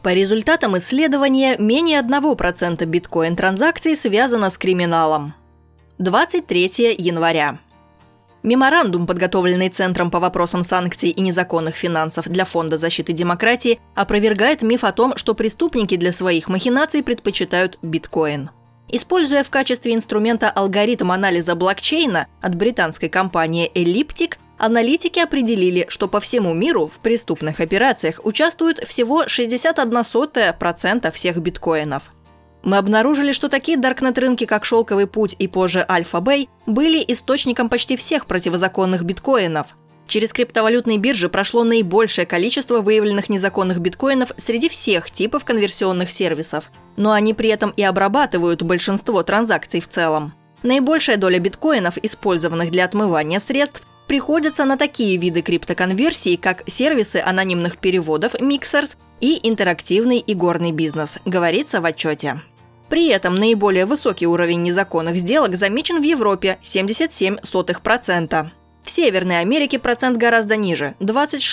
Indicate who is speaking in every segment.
Speaker 1: По результатам исследования, менее 1% биткоин-транзакций связано с криминалом. 23 января. Меморандум, подготовленный Центром по вопросам санкций и незаконных финансов для Фонда защиты демократии, опровергает миф о том, что преступники для своих махинаций предпочитают биткоин. Используя в качестве инструмента алгоритм анализа блокчейна от британской компании Elliptic, аналитики определили, что по всему миру в преступных операциях участвуют всего 0,61% всех биткоинов. Мы обнаружили, что такие даркнет-рынки, как «Шелковый путь» и позже «Альфа-Бэй», были источником почти всех противозаконных биткоинов. Через криптовалютные биржи прошло наибольшее количество выявленных незаконных биткоинов среди всех типов конверсионных сервисов, но они при этом и обрабатывают большинство транзакций в целом. Наибольшая доля биткоинов, использованных для отмывания средств, приходится на такие виды криптоконверсии, как сервисы анонимных переводов Mixers и интерактивный игорный бизнес, говорится в отчете. При этом наиболее высокий уровень незаконных сделок замечен в Европе – 77%. В Северной Америке процент гораздо ниже –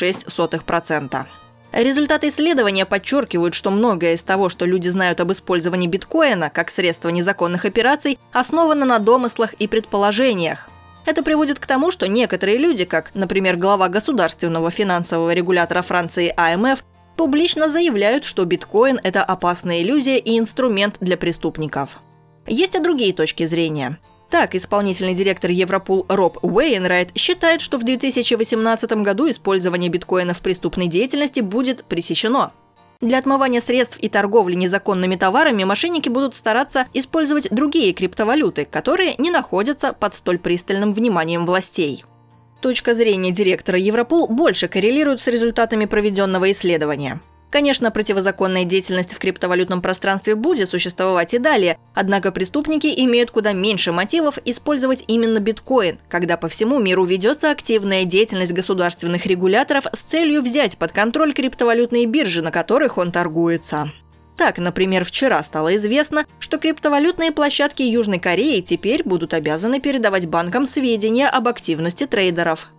Speaker 1: 26%. Результаты исследования подчеркивают, что многое из того, что люди знают об использовании биткоина как средства незаконных операций, основано на домыслах и предположениях. Это приводит к тому, что некоторые люди, как, например, глава государственного финансового регулятора Франции АМФ, публично заявляют, что биткоин – это опасная иллюзия и инструмент для преступников. Есть и другие точки зрения. Так, исполнительный директор Европол Роб Уэйнрайт считает, что в 2018 году использование биткоина в преступной деятельности будет пресечено. Для отмывания средств и торговли незаконными товарами мошенники будут стараться использовать другие криптовалюты, которые не находятся под столь пристальным вниманием властей. Точка зрения директора Европол больше коррелирует с результатами проведенного исследования. Конечно, противозаконная деятельность в криптовалютном пространстве будет существовать и далее, однако преступники имеют куда меньше мотивов использовать именно биткоин, когда по всему миру ведется активная деятельность государственных регуляторов с целью взять под контроль криптовалютные биржи, на которых он торгуется. Так, например, вчера стало известно, что криптовалютные площадки Южной Кореи теперь будут обязаны передавать банкам сведения об активности трейдеров.